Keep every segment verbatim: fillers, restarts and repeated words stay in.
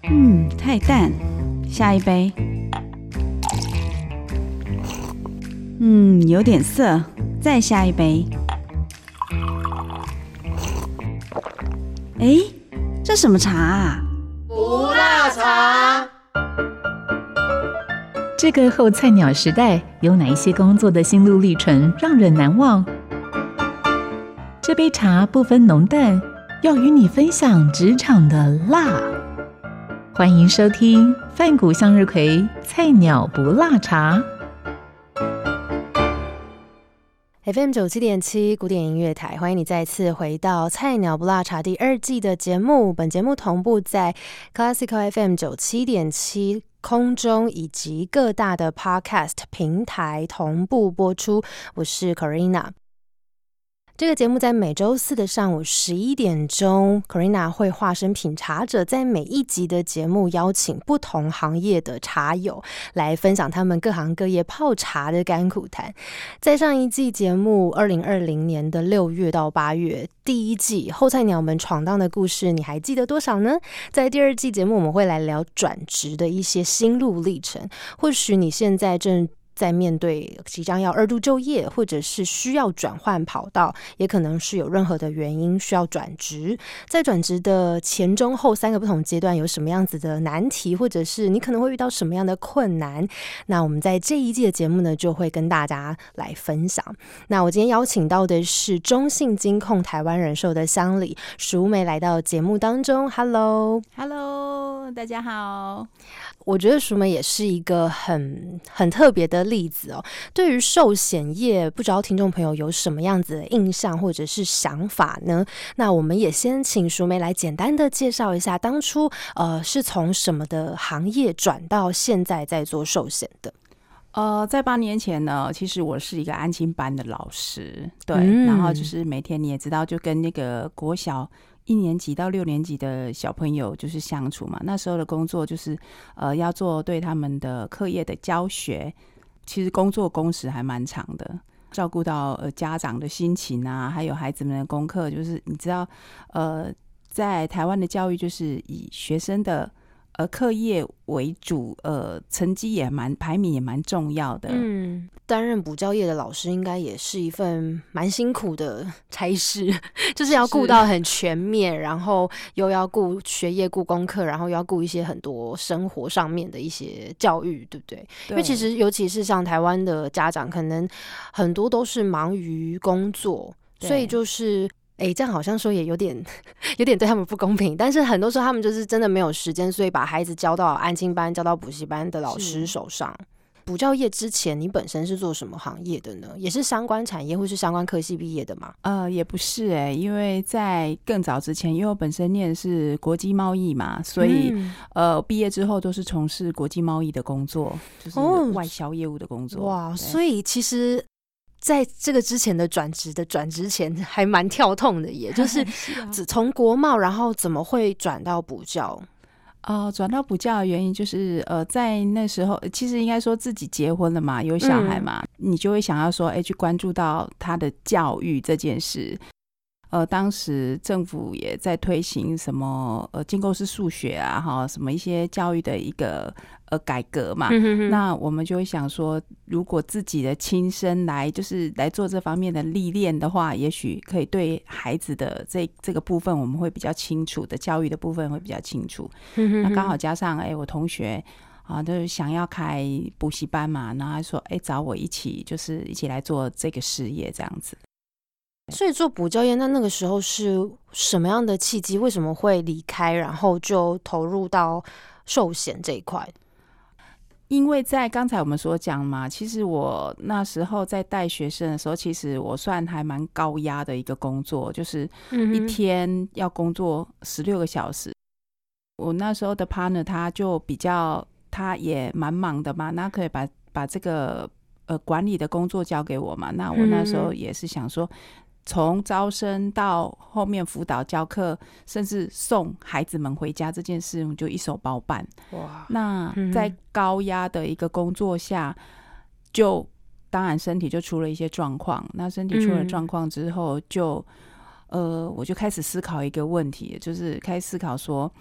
嗯，太淡，下一杯。嗯，有点涩，再下一杯。诶，这什么茶啊？ 不辣茶。 这个后菜鸟时代有哪一些工作的心路历程让人难忘？这杯茶不分浓淡，要与你分享职场的辣。欢迎收听梵谷向日葵菜鸟不辣茶。 F M 九七点七古典音乐台，欢迎你再次回到菜鸟不辣茶第二季的节目。本节目同步在 Classical F M 九七点七空中以及各大的 Podcast 平台同步播出。我是 Corina。这个节目在每周四的上午十一点钟 Corina 会化身品茶者，在每一集的节目邀请不同行业的茶友来分享他们各行各业泡茶的甘苦谈。在上一季节目二零二零年的六月到八月第一季后菜鸟们闯荡的故事，你还记得多少呢？在第二季节目我们会来聊转职的一些心路历程。或许你现在正在面对即将要二度就业，或者是需要转换跑道，也可能是有任何的原因需要转职。在转职的前中后三个不同阶段有什么样子的难题，或者是你可能会遇到什么样的困难，那我们在这一季的节目呢就会跟大家来分享。那我今天邀请到的是中信金控台湾人寿的乡里淑美来到节目当中。 Hello Hello， 大家好。 我觉得淑美也是一个很很特别的例子哦。对于寿险业，不知道听众朋友有什么样子的印象或者是想法呢？那我们也先请淑美来简单的介绍一下，当初呃是从什么的行业转到现在在做寿险的？ 呃，在八年前呢，其实我是一个安亲班的老师，对， 嗯、 然后就是每天你也知道，就跟那个国小一年级到六年级的小朋友就是相处嘛。那时候的工作就是呃要做对他们的课业的教学，其实工作工时还蛮长的，照顾到呃家长的心情啊，还有孩子们的功课。就是你知道，呃，在台湾的教育就是以学生的呃课业为主，呃，成绩也蛮排名也蛮重要的。 嗯，担任补教业的老师应该也是一份蛮辛苦的差事，就是要顾到很全面，然后又要顾学业、顾功课，然后又要顾一些很多生活上面的一些教育，对不对？对，因为其实尤其是像台湾的家长，可能很多都是忙于工作，所以就是哎，这样好像说也有点有点对他们不公平，但是很多时候他们就是真的没有时间，所以把孩子交到安亲班、交到补习班的老师手上。补教业之前，你本身是做什么行业的呢？也是相关产业或是相关科系毕业的吗？ 呃，也不是哎、欸，因为在更早之前，因为我本身念的是国际贸易嘛，所以、嗯、呃，毕业之后都是从事国际贸易的工作，就是外销业务的工作。哦、 哇，所以其实在这个之前的转职的转职前还蛮跳痛的耶，就是只从国贸，然后怎么会转到补教？ 呃，转到补教的原因就是呃，在那时候其实应该说自己结婚了嘛，有小孩嘛，嗯、你就会想要说，哎，去关注到他的教育这件事。呃，当时政府也在推行什么呃建构式数学啊，哈，什么一些教育的一个呃改革嘛。嗯、哼哼那我们就会想说，如果自己的亲身来就是来做这方面的历练的话，也许可以对孩子的这这个部分我们会比较清楚的，教育的部分会比较清楚。嗯、哼哼那刚好加上哎，我同学啊，就是想要开补习班嘛，然后他说哎，找我一起就是一起来做这个事业这样子。 所以做补教业，那那个时候是什么样的契机？为什么会离开，然后就投入到寿险这一块？ 因为在刚才我们所讲嘛，其实我那时候在带学生的时候，其实我算还蛮高压的一个工作，就是一天要工作十六个小时。嗯、我那时候的 partner 他就比较，他也蛮忙的嘛，那可以把把这个呃管理的工作交给我嘛。那我那时候也是想说，从招生到后面辅导教课，甚至送孩子们回家这件事，我就一手包办。哇！那在高压的一个工作下，就当然身体就出了一些状况。那身体出了状况之后就，就呃，我就开始思考一个问题，就是开始思考说，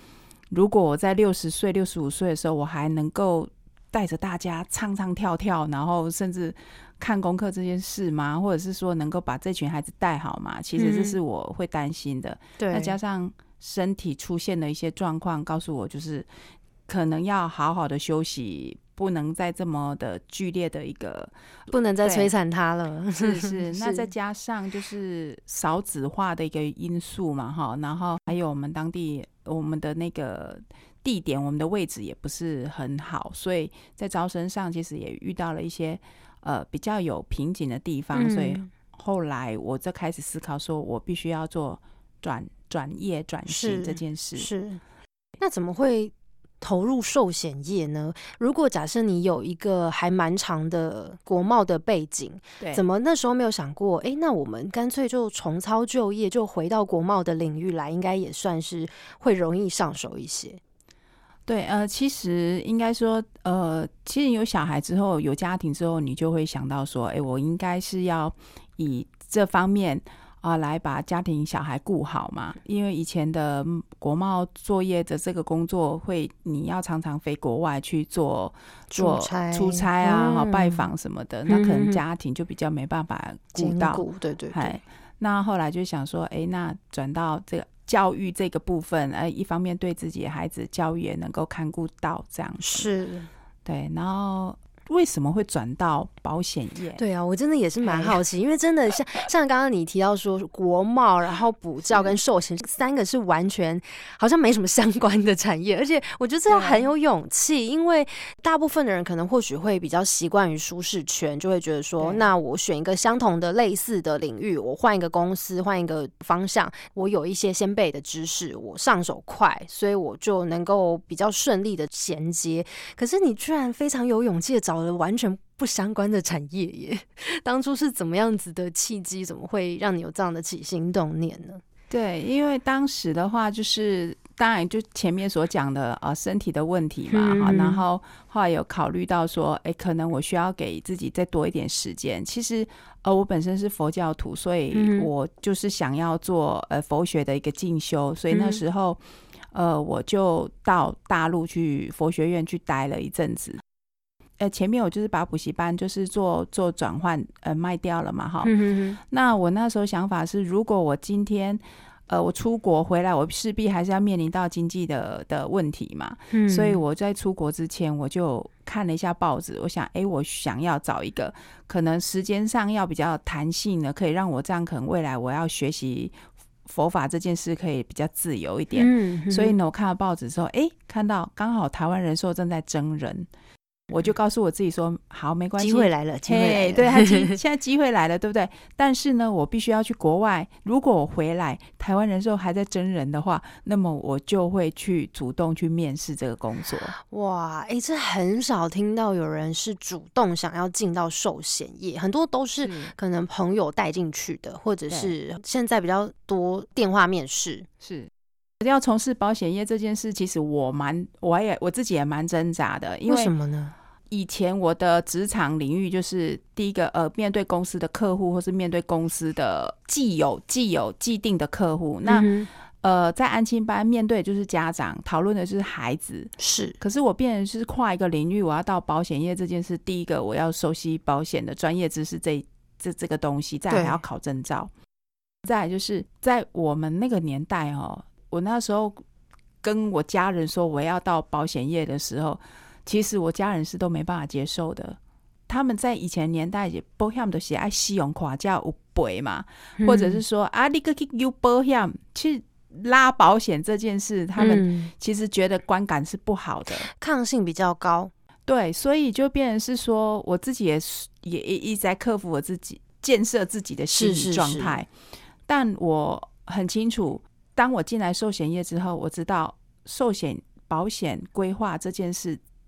如果我在六十岁、六十五岁的时候，我还能够带着大家唱唱跳跳，然后甚至看功课这件事吗？或者是说能够把这群孩子带好吗？其实这是我会担心的。 对、嗯， 再加上身体出现的一些状况，告诉我就是可能要好好的休息，不能再这么的剧烈的一个， 不能再摧残他了。 是是，那再加上就是少子化的一个因素嘛，哈，然后还有我们当地我们的那个地点，我们的位置也不是很好，所以在招生上其实也遇到了一些呃比较有瓶颈的地方，嗯、所以后来我就开始思考说，我必须要做转转业转型这件事。 是，那怎么会投入寿险业呢？如果假设你有一个还蛮长的国贸的背景， 对， 怎么那时候没有想过，哎，那我们干脆就重操旧业，就回到国贸的领域来，应该也算是会容易上手一些。 对，呃，其实应该说，呃，其实有小孩之后，有家庭之后，你就会想到说，哎，我应该是要以这方面啊、呃、来把家庭小孩顾好嘛。因为以前的国贸作业的这个工作会，你要常常飞国外去做做出差出差啊、嗯、拜访什么的，那可能家庭就比较没办法顾到。 兼顾，对对对。 那后来就想说，哎，那转到这个教育这个部分，呃，一方面对自己的孩子教育也能够看顾到，这样子是， 对。然后为什么会转到保险业？ 对啊，我真的也是蛮好奇，因为真的像像刚刚你提到说国贸，然后补教跟寿险三个是完全好像没什么相关的产业，而且我觉得这要很有勇气，因为大部分的人可能或许会比较习惯于舒适圈，就会觉得说，那我选一个相同的类似的领域，我换一个公司，换一个方向，我有一些先辈的知识，我上手快，所以我就能够比较顺利的衔接。可是你居然非常有勇气的找了完全不相关的产业耶，当初是怎么样子的契机，怎么会让你有这样的起心动念呢？ 对，因为当时的话就是当然就前面所讲的呃身体的问题嘛、嗯、然后后来有考虑到说哎，可能我需要给自己再多一点时间。其实呃我本身是佛教徒，所以我就是想要做呃佛学的一个进修，所以那时候、嗯、呃我就到大陆去佛学院去待了一阵子。呃，前面我就是把补习班就是做做转换，呃，卖掉了嘛，哈、嗯。那我那时候想法是，如果我今天，呃，我出国回来，我势必还是要面临到经济的的问题嘛，嗯。所以我在出国之前，我就看了一下报纸，我想，哎，我想要找一个可能时间上要比较弹性的，可以让我这样可能未来我要学习佛法这件事可以比较自由一点。嗯。所以呢，我看到报纸之后，哎，看到刚好台湾人寿正在征人。我就告诉我自己说，好，没关系， 机会来了，机会来了， 对，他现在机会来了，对不对？但是呢，我必须要去国外。如果我回来，台湾人寿还在征人的话，那么我就会去主动去面试这个工作。 哇，哎，这很少听到有人是主动想要进到寿险业，很多都是可能朋友带进去的，或者是现在比较多电话面试。 是。要从事保险业这件事，其实我蛮，我也我自己也蛮挣扎的，因为为什么呢？ 以前我的职场领域就是第一个，呃，面对公司的客户，或是面对公司的既有既有既定的客户。那、嗯、呃，在安亲班面对就是家长，讨论的就是孩子。 是， 可是我变成是跨一个领域，我要到保险业这件事，第一个我要熟悉保险的专业知识这这这个东西，再来还要考证照，再来就是在我们那个年代哦。我那时候跟我家人说我要到保险业的时候，其实我家人是都没办法接受的。他们在以前年代也保险都是爱信用卡才有赔嘛、嗯、或者是说啊你去有保险，其实拉保险这件事他们其实觉得观感是不好的、嗯、 抗性比较高。 对，所以就变成是说我自己也也一直在克服我自己，建设自己的心理状态。但我很清楚，当我进来寿险业之后，我知道寿险保险规划这件事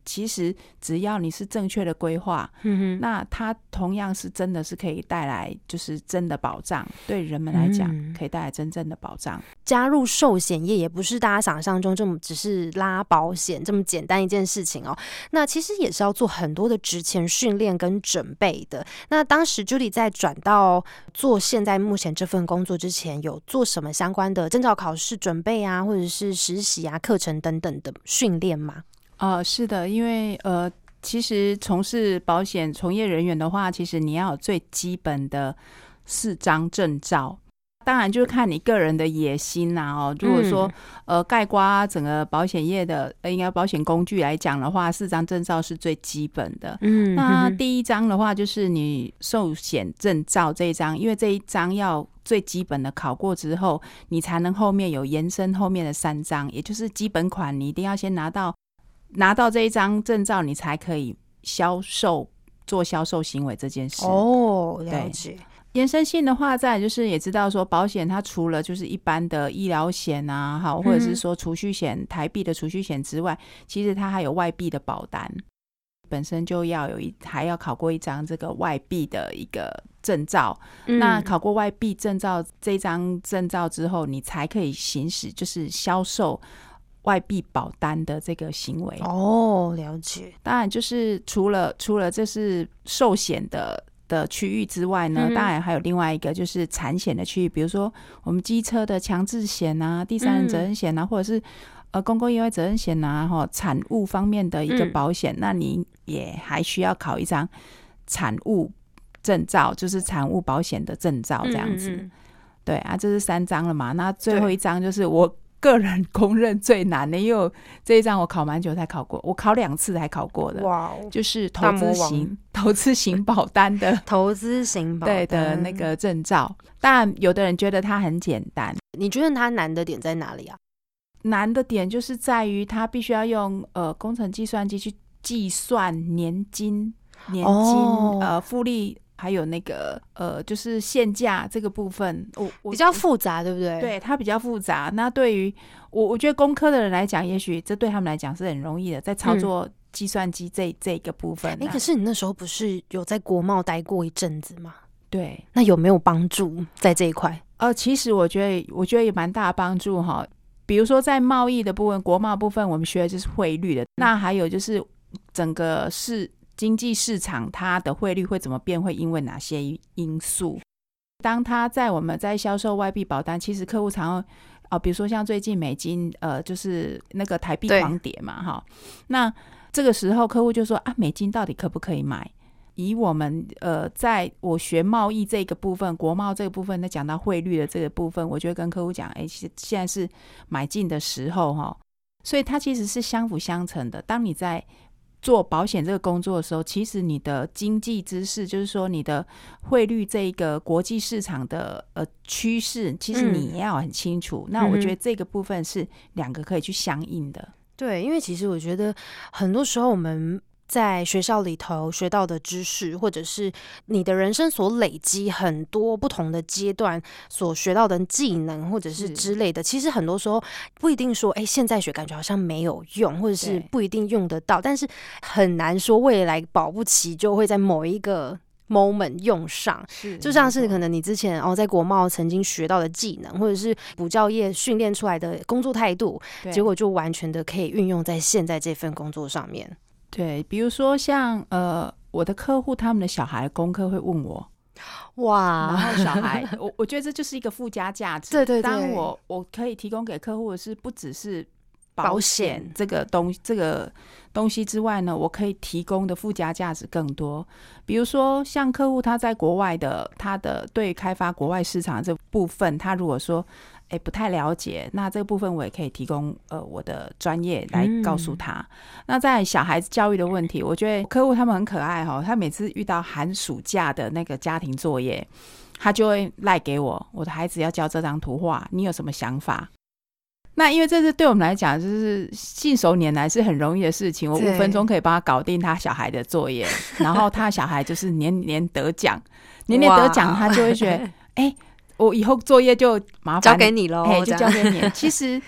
其实只要你是正确的规划，嗯，那它同样是真的是可以带来就是真的保障，对人们来讲，嗯，可以带来真正的保障。 加入寿险业也不是大家想象中这么只是拉保险这么简单一件事情哦，那其实也是要做很多的职前训练跟准备的。那当时 Judy 在转到做现在目前这份工作之前，有做什么相关的证照考试准备啊，或者是实习啊、课程等等的训练吗？ 呃，是的，因为呃，其实从事保险从业人员的话，其实你要有最基本的四张证照。当然就是看你个人的野心啦，哦。如果说、嗯、呃概括整个保险业的呃应该保险工具来讲的话，四张证照是最基本的。嗯，那第一张的话就是你寿险证照这一张，因为这一张要最基本的考过之后，你才能后面有延伸后面的三张，也就是基本款你一定要先拿到拿到这一张证照，你才可以销售做销售行为这件事。 哦，了解。 延伸性的话，再来就是也知道说保险它除了就是一般的医疗险啊，好，或者是说储蓄险、台币的储蓄险之外，其实它还有外币的保单，本身就要有一还要考过一张这个外币的一个证照、嗯、那考过外币证照这张证照之后，你才可以行使就是销售外币保单的这个行为。 哦，了解。 当然就是除了除了这是寿险的的区域之外呢、嗯、当然还有另外一个就是产险的区域，比如说我们机车的强制险啊、第三人责任险啊、嗯、或者是呃公共意外责任险啊、齁产物方面的一个保险、嗯、那你也还需要考一张产物证照，就是产物保险的证照这样子。嗯嗯，对啊，这是三张了嘛，那最后一张就是我个人公认最难的，因为这一张我考蛮久才考过，我考两次才考过的。哇，就是投资型投资型保单的投资型保单对的那个证照。当然有的人觉得它很简单， 你觉得它难的点在哪里啊？ 难的点就是在于它必须要用呃工程计算机去计算年金年金、哦、呃复利还有那个呃，就是限价这个部分，我我比较复杂，对不对？ 对，它比较复杂。那对于我，我觉得工科的人来讲，也许这对他们来讲是很容易的，在操作计算机这、嗯、这个部分、啊。哎、 欸，可是你那时候不是有在国贸待过一阵子吗？ 对， 那有没有帮助在这一块？ 呃，其实我觉得，我觉得也蛮大的帮助哈。比如说在贸易的部分，国贸部分，我们学的就是汇率的，那还有就是整个是。经济市场它的汇率会怎么变，会因为哪些因素。当它在我们在销售外币保单，其实客户常哦，比如说像最近美金呃，就是那个台币狂跌嘛哈，那这个时候客户就说啊，美金到底可不可以买？以我们呃，在我学贸易这个部分，国贸这个部分，那讲到汇率的这个部分，我就会跟客户讲，哎，现在是买进的时候哈，所以它其实是相辅相成的。当你在做保险这个工作的时候，其实你的经济知识，就是说你的汇率这个国际市场的呃趋势，其实你也要很清楚、嗯、那我觉得这个部分是两个可以去相应的。 对，因为其实我觉得很多时候我们在学校里头学到的知识，或者是你的人生所累积很多不同的阶段所学到的技能，或者是之类的，其实很多时候不一定说哎、欸，现在学感觉好像没有用，或者是不一定用得到，但是很难说未来保不齐就会在某一个 moment 用上。就像是可能你之前哦在国贸曾经学到的技能，或者是补教业训练出来的工作态度，结果就完全的可以运用在现在这份工作上面。 对，比如说像呃，我的客户他们的小孩功课会问我，哇，然后小孩，我我觉得这就是一个附加价值。 对对对， 当我我可以提供给客户的是不只是保险这个东这个东西之外呢，我可以提供的附加价值更多。比如说像客户他在国外的，他的对开发国外市场这部分，他如果说欸、不太了解，那这个部分我也可以提供呃我的专业来告诉他、嗯、那在小孩子教育的问题，我觉得客户他们很可爱齁，他每次遇到寒暑假的那个家庭作业，他就会赖给我，我的孩子要交这张图画，你有什么想法？那因为这是对我们来讲就是信手拈来是很容易的事情，我五分钟可以帮他搞定他小孩的作业，然后他小孩就是年年得奖，年年得奖，他就会觉得哎、欸我以后作业就麻烦交给你咯， 就交给你。其实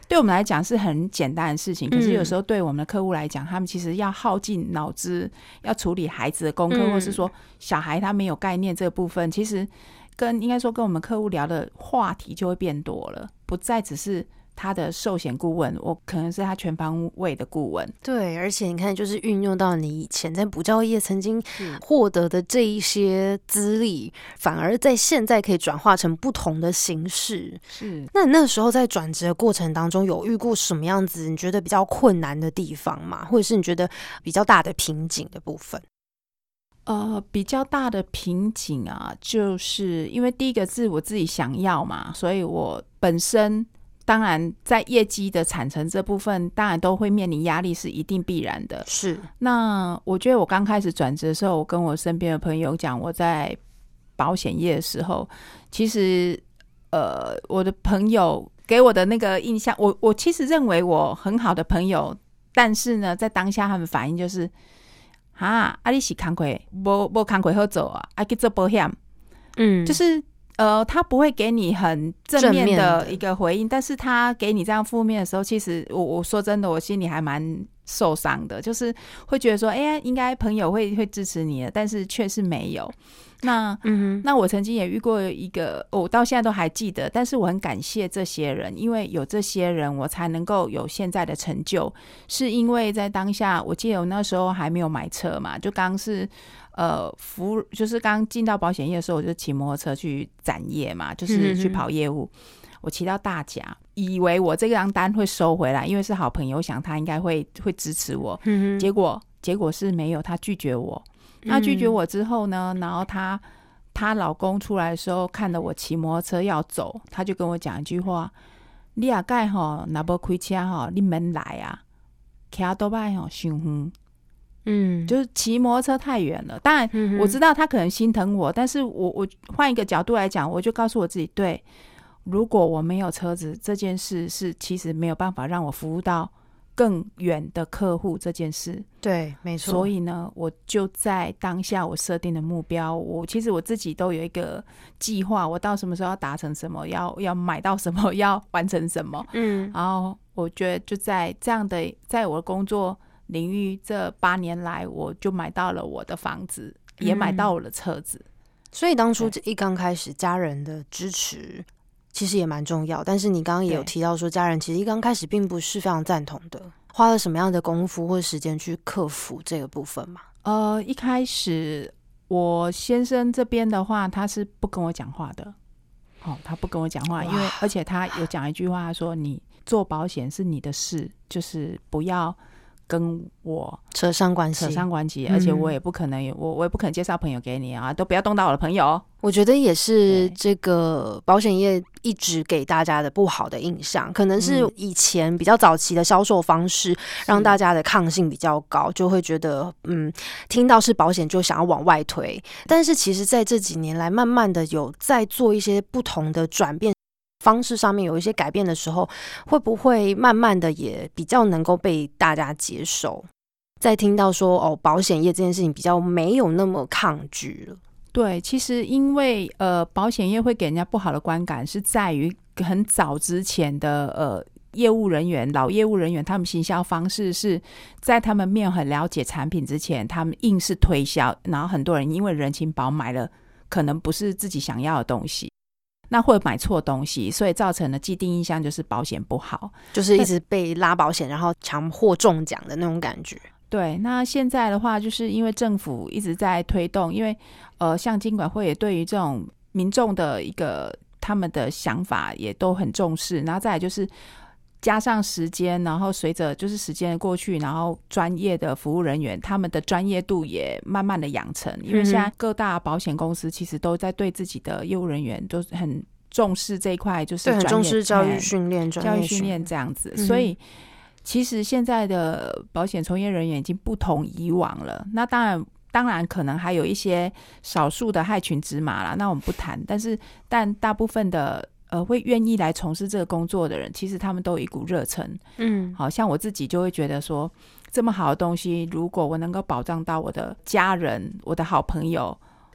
对我们来讲是很简单的事情，可是有时候对我们的客户来讲，他们其实要耗尽脑汁，要处理孩子的功课，嗯、或是说小孩他没有概念这个部分，其实跟应该说跟我们客户聊的话题就会变多了，不再只是他的寿险顾问，我可能是他全方位的顾问。 对，而且你看，就是运用到你以前在补教业曾经获得的这一些资历，反而在现在可以转化成不同的形式。 是， 那你那时候在转职的过程当中，有遇过什么样子你觉得比较困难的地方吗？或者是你觉得比较大的瓶颈的部分？ 呃，比较大的瓶颈啊，就是因为第一个是我自己想要嘛，所以我本身当然在业绩的产成这部分当然都会面临压力，是一定必然的。 是， 那我觉得我刚开始转职的时候，我跟我身边的朋友讲我在保险业的时候，其实呃，我的朋友给我的那个印象，我我其实认为我很好的朋友，但是呢在当下他们反应就是啊，啊你是工课没没工课好做啊，啊去做保险，嗯，就是呃，他不会给你很正面的一个回应，但是他给你这样负面的时候，其实我我说真的，我心里还蛮受伤的，就是会觉得说，哎、欸，应该朋友会会支持你的，但是却是没有。那嗯，那我曾经也遇过一个，我到现在都还记得，但是我很感谢这些人，因为有这些人，我才能够有现在的成就，是因为在当下，我记得我那时候还没有买车嘛，就刚是。呃，服务就是刚进到保险业的时候，我就骑摩托车去展业嘛，就是去跑业务。嗯、我骑到大甲，以为我这张单会收回来，因为是好朋友，我想他应该会会支持我。嗯、结果结果是没有，他拒绝我。那拒绝我之后呢，然后他她老公出来的时候，看到我骑摩托车要走，他就跟我讲一句话：“你也该吼，若无开车吼，你免来啊，骑多摆吼伤远。”嗯，就是骑摩托车太远了。当然我知道他可能心疼我，嗯、但是我我换一个角度来讲，我就告诉我自己，对，如果我没有车子这件事是其实没有办法让我服务到更远的客户这件事。 对，没错。 所以呢，我就在当下我设定的目标，我其实我自己都有一个计划，我到什么时候要达成什么，要要买到什么，要完成什么。嗯，然后我觉得就在这样的，在我的工作领域这八年来，我就买到了我的房子，嗯、也买到我的车子。 所以当初一刚开始，家人的支持其实也蛮重要。但是你刚刚也有提到说，家人其实一刚开始并不是非常赞同的。花了什么样的功夫或时间去克服这个部分吗？ 呃，一开始我先生这边的话，他是不跟我讲话的。哦，他不跟我讲话，因为而且他有讲一句话说：“你做保险是你的事，就是不要。”跟我扯上关系， 扯上关系，而且我也不可能，我我也不可能介绍朋友给你啊，都不要动到我的朋友。 我觉得也是这个保险业一直给大家的不好的印象，可能是以前比较早期的销售方式，让大家的抗性比较高，就会觉得嗯，听到是保险就想要往外推。但是其实在这几年来，慢慢的有在做一些不同的转变。方式上面有一些改变的时候，会不会慢慢的也比较能够被大家接受？在听到说哦，保险业这件事情比较没有那么抗拒了。 对，其实因为呃，保险业会给人家不好的观感，是在于很早之前的呃业务人员、老业务人员，他们行销方式是在他们没有很了解产品之前，他们硬是推销，然后很多人因为人情保买了可能不是自己想要的东西。那会买错东西，所以造成的既定印象就是保险不好， 就是一直被拉保险，然后强迫中奖的那种感觉。 对，那现在的话，就是因为政府一直在推动，因为呃，像金管会也对于这种民众的一个他们的想法也都很重视，然后再来就是加上时间，然后随着就是时间的过去，然后专业的服务人员他们的专业度也慢慢的养成，因为现在各大保险公司其实都在对自己的业务人员都很重视这一块，就是专业， 对，很重视教育训练、 教育训练这样子，嗯、所以其实现在的保险从业人员已经不同以往了。那当然。当然可能还有一些少数的害群之马啦，那我们不谈，但是但大部分的呃会愿意来从事这个工作的人，其实他们都有一股热忱。嗯，好像我自己就会觉得说，这么好的东西，如果我能够保障到我的家人、我的好朋友，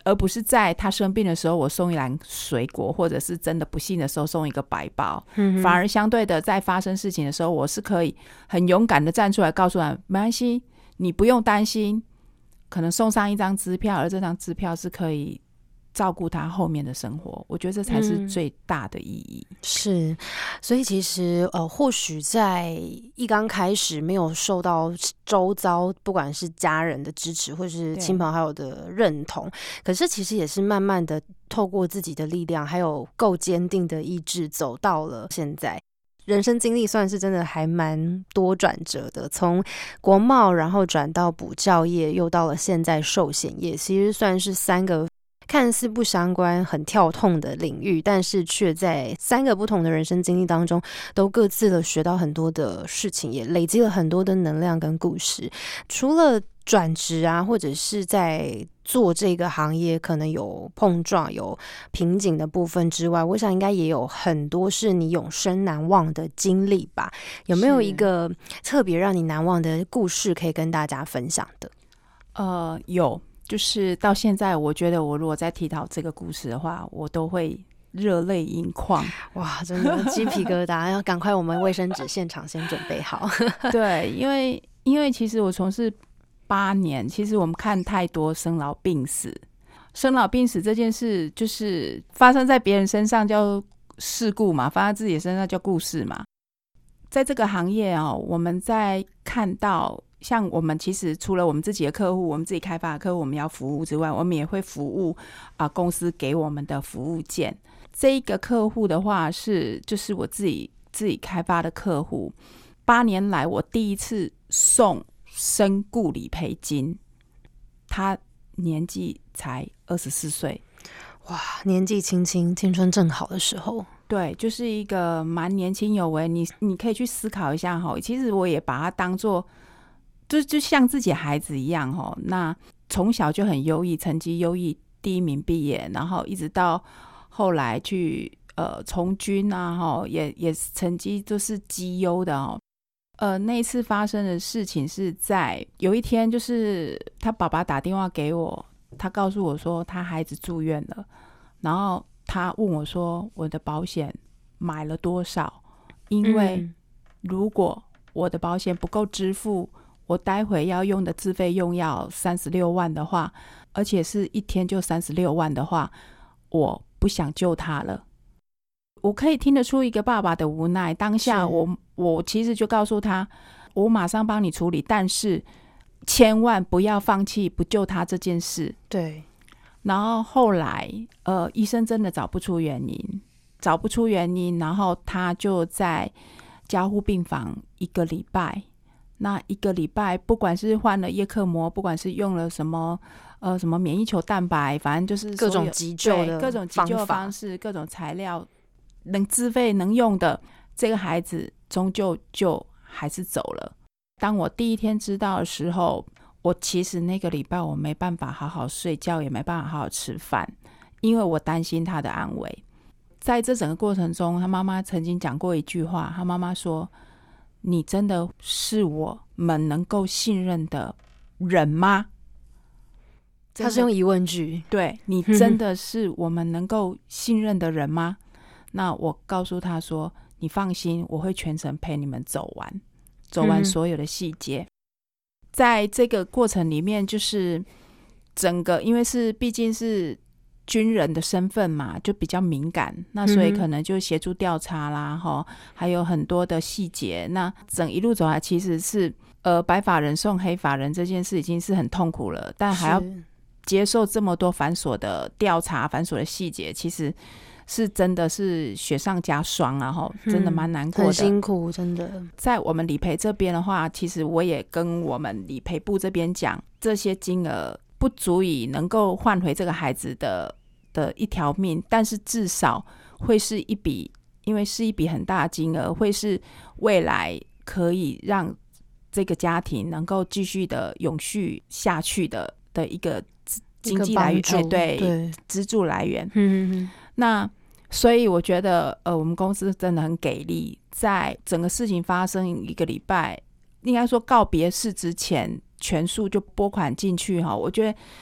而不是在他生病的时候我送一篮水果，或者是真的不幸的时候送一个白包、嗯、反而相对的在发生事情的时候，我是可以很勇敢的站出来告诉他没关系，你不用担心，可能送上一张支票，而这张支票是可以照顾他后面的生活，我觉得这才是最大的意义、嗯、 是，所以其实呃，或许在一刚开始没有受到周遭不管是家人的支持或是亲朋好友的认同，可是其实也是慢慢的透过自己的力量还有够坚定的意志走到了现在。人生经历算是真的还蛮多转折的，从国贸然后转到补教业，又到了现在寿险业，其实算是三个看似不相关很跳痛的领域，但是却在三个不同的人生经历当中都各自的学到很多的事情，也累积了很多的能量跟故事。除了转职啊，或者是在做这个行业可能有碰撞有瓶颈的部分之外，我想应该也有很多是你永生难忘的经历吧。有没有一个特别让你难忘的故事可以跟大家分享的？ 呃，有，就是到现在我觉得我如果再提到这个故事的话，我都会热泪盈眶。 哇，真的鸡皮疙瘩要赶快我们卫生纸现场先准备好。 对，因为因为其实我从事八年，其实我们看太多生老病死，生老病死这件事就是发生在别人身上叫事故嘛，发生在自己身上叫故事嘛。在这个行业哦，我们在看到像我们其实除了我们自己的客户，我们自己开发的客户我们要服务之外，我们也会服务、呃、公司给我们的服务件。这一个客户的话是就是我自己自己开发的客户，八年来我第一次送身故理赔金，他年纪才二十四岁， 哇，年纪轻轻青春正好的时候。 对，就是一个蛮年轻有为，你你可以去思考一下齁，其实我也把他当作就就像自己孩子一样齁，那从小就很优异，成绩优异，第一名毕业，然后一直到后来去呃从军啊齁，也也成绩都是绩优的齁。呃，那一次发生的事情是在有一天，就是他爸爸打电话给我，他告诉我说他孩子住院了，然后他问我说我的保险买了多少，因为如果我的保险不够支付我待会要用的自费用药三十六万的话，而且是一天就三十六万的话，我不想救他了。我可以听得出一个爸爸的无奈，当下我我其实就告诉他，我马上帮你处理，但是千万不要放弃不救他这件事。 对。 然后后来呃，医生真的找不出原因找不出原因然后他就在加护病房一个礼拜，那一个礼拜不管是换了叶克膜，不管是用了什么呃什么免疫球蛋白，反正就是各种急救的各种急救的方式，各种材料能自费能用的，这个孩子终究就还是走了。当我第一天知道的时候，我其实那个礼拜我没办法好好睡觉，也没办法好好吃饭，因为我担心他的安危。在这整个过程中，他妈妈曾经讲过一句话，他妈妈说，你真的是我们能够信任的人吗？ 他是用疑问句， 对，你真的是我们能够信任的人吗？那我告诉他说，你放心，我会全程陪你们走完走完所有的细节、嗯、在这个过程里面，就是整个因为是毕竟是军人的身份嘛，就比较敏感，那所以可能就协助调查啦、嗯、还有很多的细节。那整一路走来其实是呃白发人送黑发人这件事已经是很痛苦了，但还要接受这么多繁琐的调查繁琐的细节，其实是真的是雪上加霜啊，真的蛮难过的、嗯、很辛苦，真的。 在我们理赔这边的话，其实我也跟我们理赔部这边讲，这些金额不足以能够换回这个孩子的的一条命，但是至少会是一笔，因为是一笔很大的金额，会是未来可以让这个家庭能够继续的永续下去的的一个经济来源，哎，对，对，资助来源。嗯哼，那所以我觉得，呃，我们公司真的很给力，在整个事情发生一个礼拜，应该说告别式之前，全数就拨款进去哈。我觉得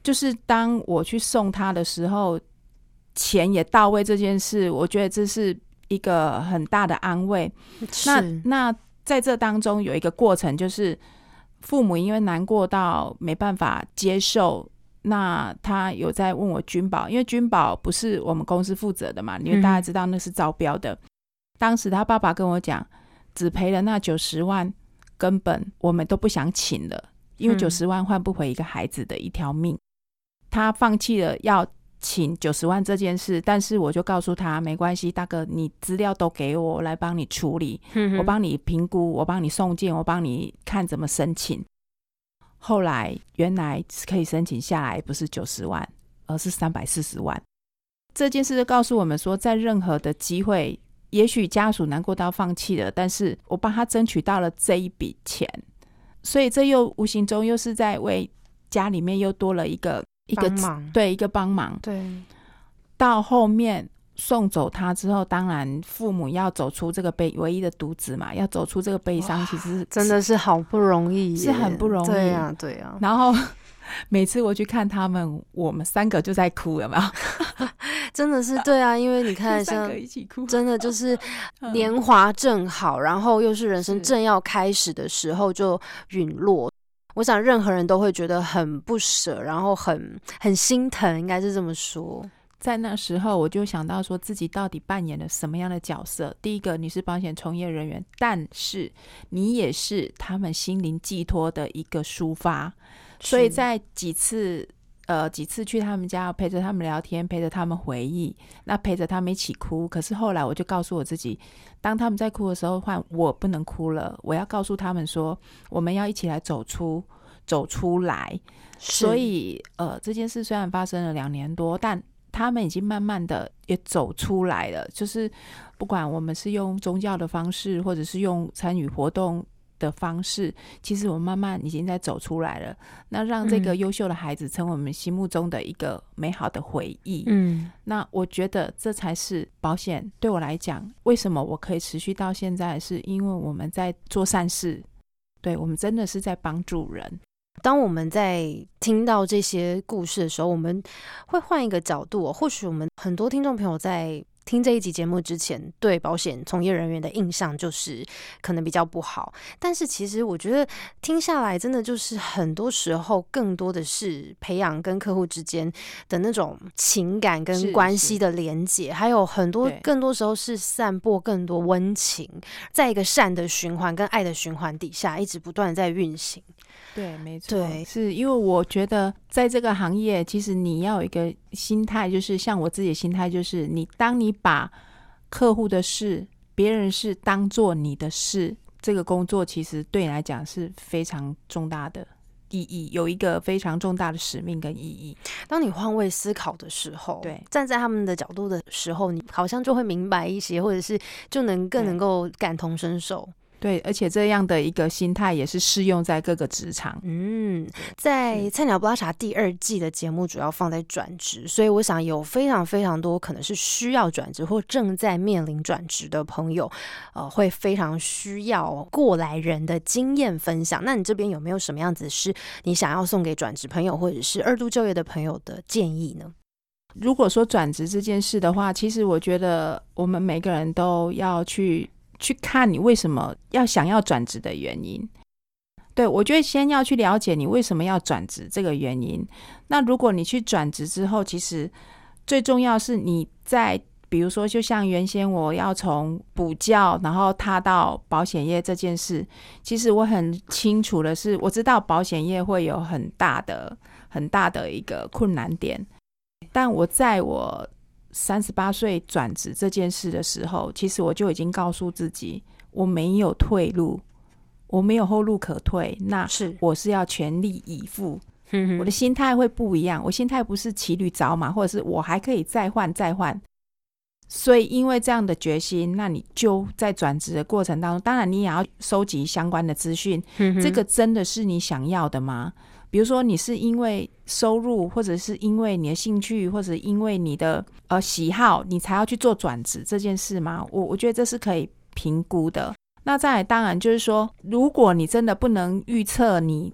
就是当我去送他的时候，钱也到位这件事，我觉得这是一个很大的安慰。那那在这当中有一个过程，就是父母因为难过到没办法接受，那他有在问我军保，因为军保不是我们公司负责的嘛，因为大家知道那是招标的、嗯、当时他爸爸跟我讲，只赔了那九十万，根本我们都不想请了，因为九十万换不回一个孩子的一条命、嗯、他放弃了要请九十万这件事，但是我就告诉他没关系，大哥你资料都给我，我来帮你处理、嗯、我帮你评估，我帮你送件，我帮你看怎么申请。后来原来可以申请下来不是九十万，而是三百四十万。这件事就告诉我们说，在任何的机会，也许家属难过到放弃了，但是我帮他争取到了这一笔钱，所以这又无形中又是在为家里面又多了一个一个帮忙， 对，一个帮忙。 对， 到后面送走他之后，当然父母要走出这个悲，唯一的独子嘛，要走出这个悲伤，其实真的是好不容易耶， 是很不容易。 对啊对啊。然后每次我去看他们，我们三个就在哭，有没有？ 真的是对啊，因为你看像三个一起哭， 真的就是年华正好，然后又是人生正要开始的时候就陨落。我想任何人都会觉得很不舍，然后很很心疼，应该是这么说。 在那时候我就想到说自己到底扮演了什么样的角色。第一个，你是保险从业人员，但是你也是他们心灵寄托的一个抒发，所以在几次呃几次去他们家，陪着他们聊天，陪着他们回忆，那陪着他们一起哭。可是后来我就告诉我自己，当他们在哭的时候，换我不能哭了，我要告诉他们说，我们要一起来走出走出来。所以呃这件事虽然发生了两年多，但他们已经慢慢的也走出来了，就是不管我们是用宗教的方式，或者是用参与活动的方式，其实我们慢慢已经在走出来了。那让这个优秀的孩子成为我们心目中的一个美好的回忆。嗯，那我觉得这才是保险对我来讲，为什么我可以持续到现在，是因为我们在做善事，对，我们真的是在帮助人。 当我们在听到这些故事的时候，我们会换一个角度、哦、或许我们很多听众朋友在听这一集节目之前，对保险从业人员的印象就是可能比较不好，但是其实我觉得听下来真的就是很多时候更多的是培养跟客户之间的那种情感跟关系的连结，还有很多更多时候是散播更多温情，在一个善的循环跟爱的循环底下一直不断的在运行。 对，没错，对，是因为我觉得在这个行业，其实你要有一个心态，就是像我自己的心态，就是你当你把客户的事、别人事当做你的事，这个工作其实对你来讲是非常重大的意义，有一个非常重大的使命跟意义。 当你换位思考的时候， 对， 站在他们的角度的时候，你好像就会明白一些，或者是就能更能够感同身受。 对，而且这样的一个心态也是适用在各个职场。 嗯，在菜鸟不拉茶第二季的节目主要放在转职，所以我想有非常非常多可能是需要转职或正在面临转职的朋友，呃，会非常需要过来人的经验分享。那你这边有没有什么样子是你想要送给转职朋友或者是二度就业的朋友的建议呢？ 如果说转职这件事的话，其实我觉得我们每个人都要去去看你为什么要想要转职的原因。对，我觉得先要去了解你为什么要转职这个原因。那如果你去转职之后，其实最重要是你在比如说就像原先我要从补教然后踏到保险业这件事，其实我很清楚的是，我知道保险业会有很大的很大的一个困难点，但我在我三十八岁转职这件事的时候，其实我就已经告诉自己，我没有退路，我没有后路可退，那是我是要全力以赴。我的心态会不一样，我心态不是骑驴找马，或者是我还可以再换再换。所以因为这样的决心，那你就在转职的过程当中，当然你也要收集相关的资讯，这个真的是你想要的吗？比如说你是因为收入，或者是因为你的兴趣，或者因为你的呃喜好，你才要去做转职这件事吗？我我觉得这是可以评估的。那再来当然就是说，如果你真的不能预测你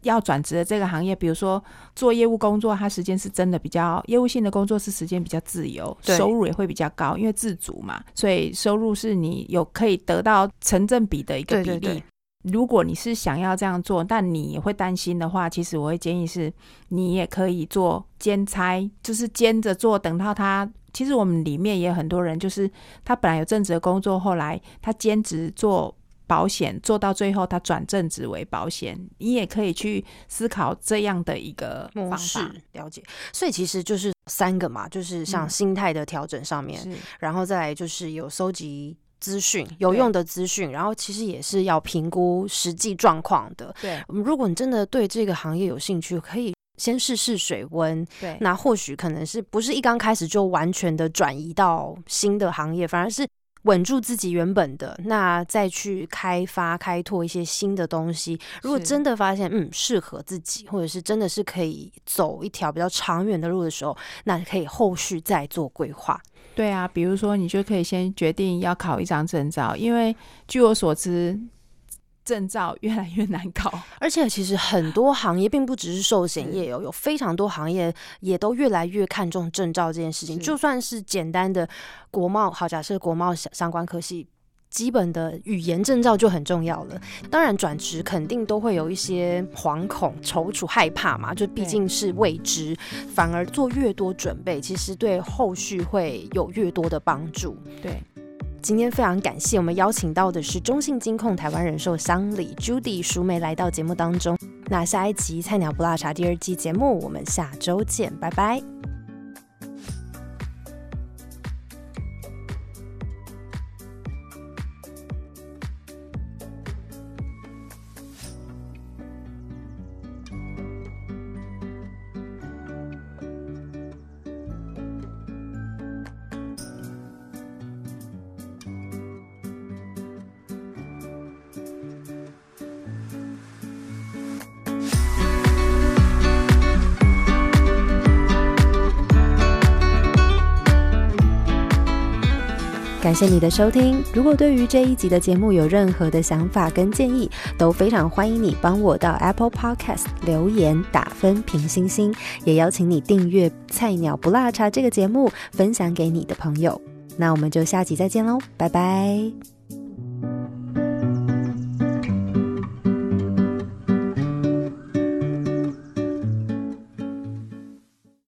要转职的这个行业，比如说做业务工作，它时间是真的比较业务性的工作是时间比较自由，收入也会比较高，因为自主嘛，所以收入是你有可以得到成正比的一个比例。对对对，如果你是想要这样做，但你也会担心的话，其实我会建议是你也可以做兼差，就是兼着做，等到他其实我们里面也有很多人，就是他本来有正职的工作，后来他兼职做保险，做到最后他转正职为保险，你也可以去思考这样的一个方法。 了解，所以其实就是三个嘛，就是像心态的调整上面、嗯、然后再来就是有收集资讯，有用的资讯，然后其实也是要评估实际状况的。对，如果你真的对这个行业有兴趣，可以先试试水温。对，那或许可能是不是一刚开始就完全的转移到新的行业，反而是稳住自己原本的，那再去开发开拓一些新的东西。如果真的发现嗯适合自己，或者是真的是可以走一条比较长远的路的时候，那可以后续再做规划。 对啊，比如说你就可以先决定要考一张证照，因为据我所知证照越来越难考， 而且其实很多行业并不只是寿险业哦，有非常多行业也都越来越看重证照这件事情。就算是简单的国贸，好，假设国贸相关科系，基本的语言证照就很重要了。当然转职肯定都会有一些惶恐、踌躇、害怕嘛，就毕竟是未知，反而做越多准备，其实对后续会有越多的帮助。对，今天非常感谢我们邀请到的是中信金控台湾人寿乡里 Judy 淑梅来到节目当中。那下一集菜鸟不辣茶第二季节目我们下周见，拜拜。感谢你的收听，如果对于这一集的节目有任何的想法跟建议，都非常欢迎你帮我到 Apple Podcast 留言打分评星星，也邀请你订阅菜鸟不辣茶这个节目，分享给你的朋友。那我们就下集再见咯，拜拜。